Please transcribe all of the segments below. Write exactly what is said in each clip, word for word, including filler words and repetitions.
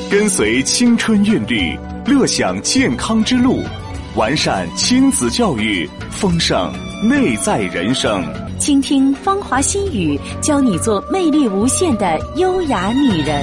跟随青春韵律，乐享健康之路，完善亲子教育，丰盛内在人生。 倾听芳华心语，教你做魅力无限的优雅女人。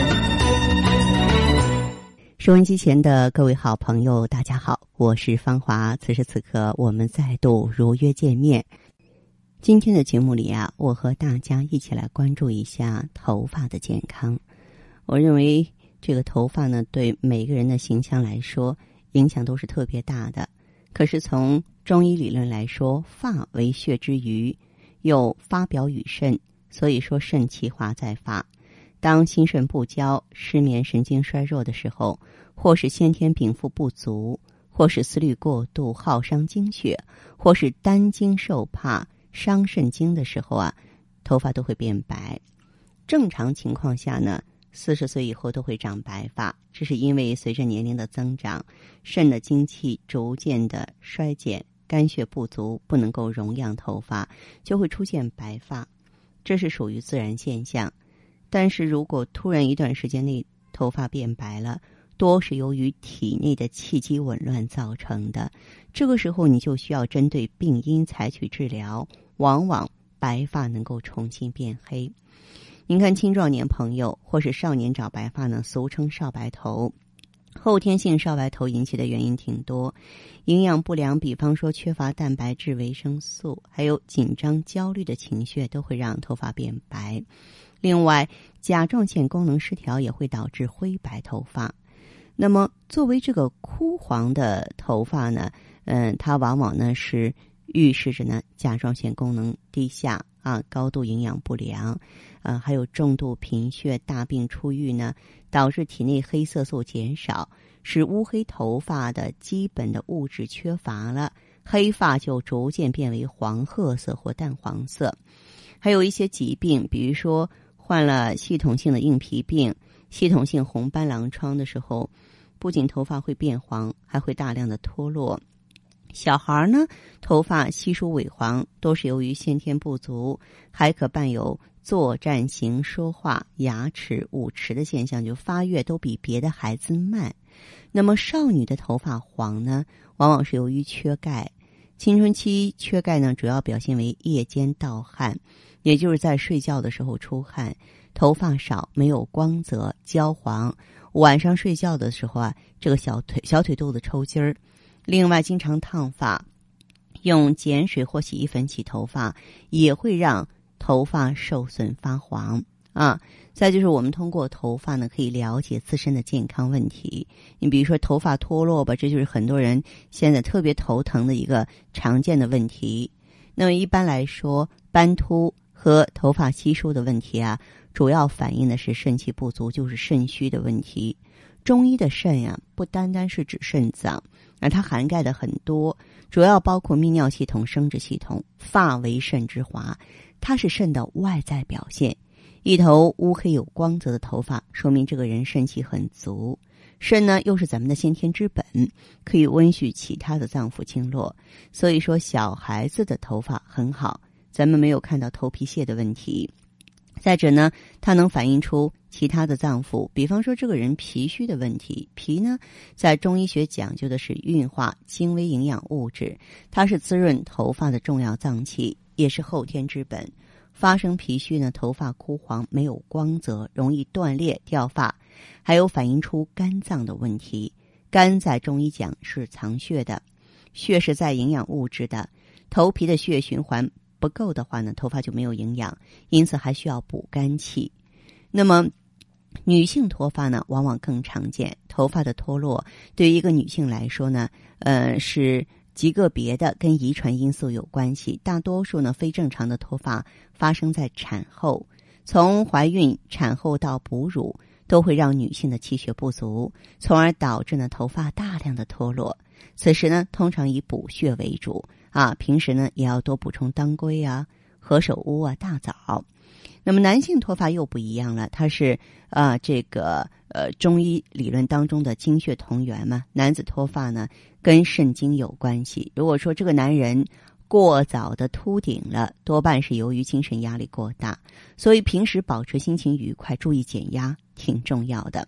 收音机前的各位好朋友，大家好，我是芳华。此时此刻，我们再度如约见面。今天的节目里啊，我和大家一起来关注一下头发的健康。我认为这个头发呢，对每个人的形象来说，影响都是特别大的。可是从中医理论来说，发为血之余，又发表于肾，所以说肾气化在发。当心肾不交、失眠、神经衰弱的时候，或是先天禀赋不足，或是思虑过度耗伤精血，或是单经受怕伤肾经的时候啊，头发都会变白。正常情况下呢，四十岁以后都会长白发，这是因为随着年龄的增长，肾的精气逐渐的衰减，肝血不足，不能够容养头发，就会出现白发，这是属于自然现象。但是如果突然一段时间内头发变白了，多是由于体内的气机紊乱造成的，这个时候你就需要针对病因采取治疗，往往白发能够重新变黑。您看青壮年朋友或是少年长白发呢，俗称少白头。后天性少白头引起的原因挺多，营养不良，比方说缺乏蛋白质、维生素，还有紧张焦虑的情绪都会让头发变白。另外，甲状腺功能失调也会导致灰白头发。那么作为这个枯黄的头发呢，嗯，它往往呢是预示着呢甲状腺功能低下啊，高度营养不良，呃，还有重度贫血、大病初愈呢，导致体内黑色素减少，使乌黑头发的基本的物质缺乏了，黑发就逐渐变为黄褐色或淡黄色。还有一些疾病，比如说患了系统性的硬皮病、系统性红斑狼疮的时候，不仅头发会变黄，还会大量的脱落。小孩呢，头发稀疏萎黄，都是由于先天不足，还可伴有坐站行说话、牙齿误齿的现象，就发育都比别的孩子慢。那么少女的头发黄呢，往往是由于缺钙。青春期缺钙呢，主要表现为夜间盗汗，也就是在睡觉的时候出汗，头发少，没有光泽，焦黄。晚上睡觉的时候啊，这个小腿小腿肚子抽筋儿。另外，经常烫发，用碱水或洗衣粉洗头发，也会让头发受损发黄啊。再就是我们通过头发呢，可以了解自身的健康问题。你比如说头发脱落吧，这就是很多人现在特别头疼的一个常见的问题。那么一般来说，斑秃和头发稀疏的问题啊，主要反映的是肾气不足，就是肾虚的问题。中医的肾呀、啊，不单单是指肾脏，而它涵盖的很多，主要包括泌尿系统、生殖系统。发为肾之华，它是肾的外在表现。一头乌黑有光泽的头发，说明这个人肾气很足。肾呢，又是咱们的先天之本，可以温煦其他的脏腑经络。所以说，小孩子的头发很好，咱们没有看到头皮屑的问题。再者呢，它能反映出其他的脏腑，比方说这个人脾虚的问题。脾呢，在中医学讲究的是运化精微营养物质，它是滋润头发的重要脏器，也是后天之本。发生脾虚呢，头发枯黄，没有光泽，容易断裂掉发，还有反映出肝脏的问题。肝在中医讲是藏血的，血是在营养物质的，头皮的血循环不够的话呢，头发就没有营养，因此还需要补肝气。那么女性脱发呢，往往更常见。头发的脱落对于一个女性来说呢，呃，是极个别的，跟遗传因素有关系。大多数呢，非正常的脱发发生在产后，从怀孕、产后到哺乳，都会让女性的气血不足，从而导致呢头发大量的脱落。此时呢，通常以补血为主啊，平时呢也要多补充当归啊、何首乌啊、大枣。那么男性脱发又不一样了，它是啊、呃、这个呃中医理论当中的精血同源嘛。男子脱发呢跟肾精有关系。如果说这个男人过早的秃顶了，多半是由于精神压力过大，所以平时保持心情愉快，注意减压挺重要的。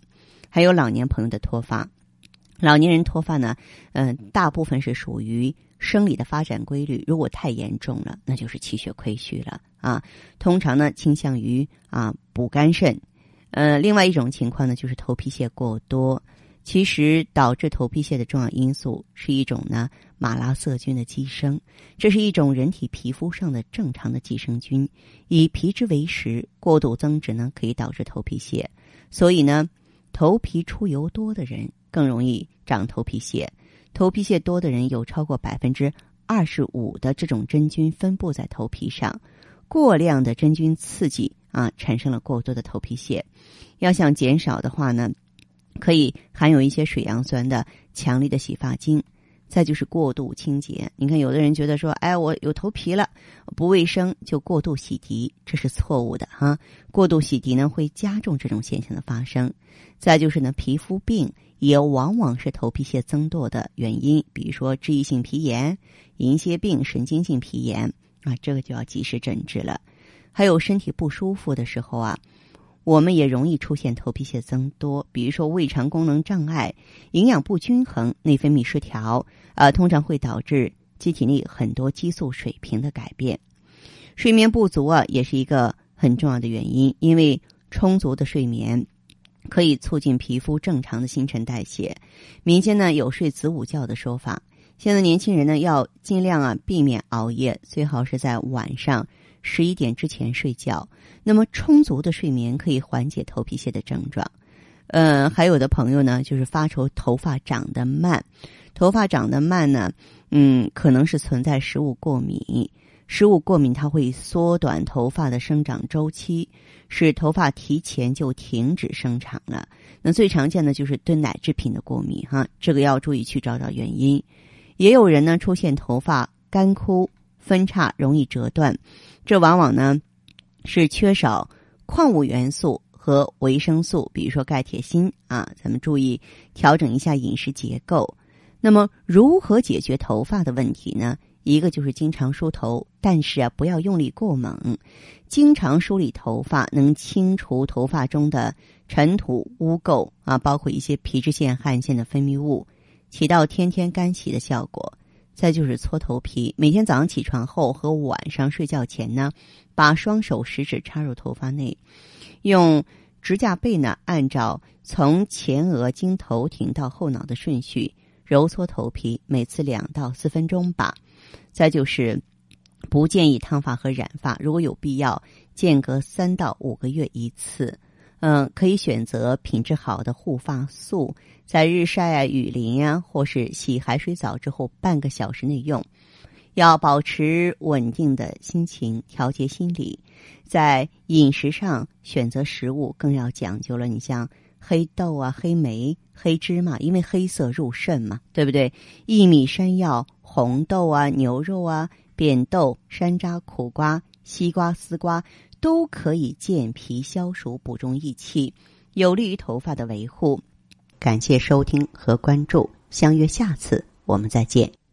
还有老年朋友的脱发。老年人脱发呢，嗯、呃，大部分是属于生理的发展规律，如果太严重了，那就是气血亏虚了啊。通常呢，倾向于啊补肝肾。呃，另外一种情况呢，就是头皮屑过多。其实导致头皮屑的重要因素是一种呢马拉色菌的寄生，这是一种人体皮肤上的正常的寄生菌，以皮脂为食，过度增殖呢可以导致头皮屑。所以呢，头皮出油多的人更容易长头皮屑。头皮屑多的人有超过百分之二十五的这种真菌分布在头皮上，过量的真菌刺激啊，产生了过多的头皮屑。要想减少的话呢，可以含有一些水杨酸的强力的洗发精。再就是过度清洁，你看有的人觉得说，哎，我有头皮了，不卫生就过度洗涤，这是错误的哈。过度洗涤呢会加重这种现象的发生。再就是呢，皮肤病也往往是头皮屑增多的原因，比如说脂溢性皮炎、银屑病、神经性皮炎啊，这个就要及时诊治了。还有身体不舒服的时候啊，我们也容易出现头皮屑增多，比如说胃肠功能障碍、营养不均衡、内分泌失调，呃，通常会导致机体内很多激素水平的改变。睡眠不足啊，也是一个很重要的原因，因为充足的睡眠可以促进皮肤正常的新陈代谢。民间呢有睡子午觉的说法，现在年轻人呢要尽量啊避免熬夜，最好是在晚上十一点之前睡觉。那么充足的睡眠可以缓解头皮屑的症状。呃，还有的朋友呢，就是发愁头发长得慢，头发长得慢呢，嗯，可能是存在食物过敏。食物过敏它会缩短头发的生长周期，使头发提前就停止生长了。那最常见的就是对奶制品的过敏哈，这个要注意去找找原因。也有人呢出现头发干枯、分叉、容易折断，这往往呢是缺少矿物元素和维生素，比如说钙、铁、锌啊，咱们注意调整一下饮食结构。那么如何解决头发的问题呢？一个就是经常梳头，但是啊不要用力过猛。经常梳理头发能清除头发中的尘土污垢啊，包括一些皮脂腺、汗腺的分泌物，起到天天干洗的效果。再就是搓头皮，每天早上起床后和晚上睡觉前呢，把双手食指插入头发内，用指甲背呢按照从前额经头顶到后脑的顺序揉搓头皮，每次两到四分钟吧。再就是不建议烫发和染发，如果有必要，间隔三到五个月一次。嗯，可以选择品质好的护发素，在日晒啊、雨淋啊，或是洗海水澡之后半个小时内用。要保持稳定的心情，调节心理。在饮食上选择食物更要讲究了，你像黑豆啊、黑莓、黑芝麻，因为黑色入肾嘛，对不对？薏米、山药、红豆啊、牛肉啊、扁豆、山楂、苦瓜、西瓜、丝瓜都可以健脾消暑、补中益气，有利于头发的维护。感谢收听和关注，相约下次我们再见。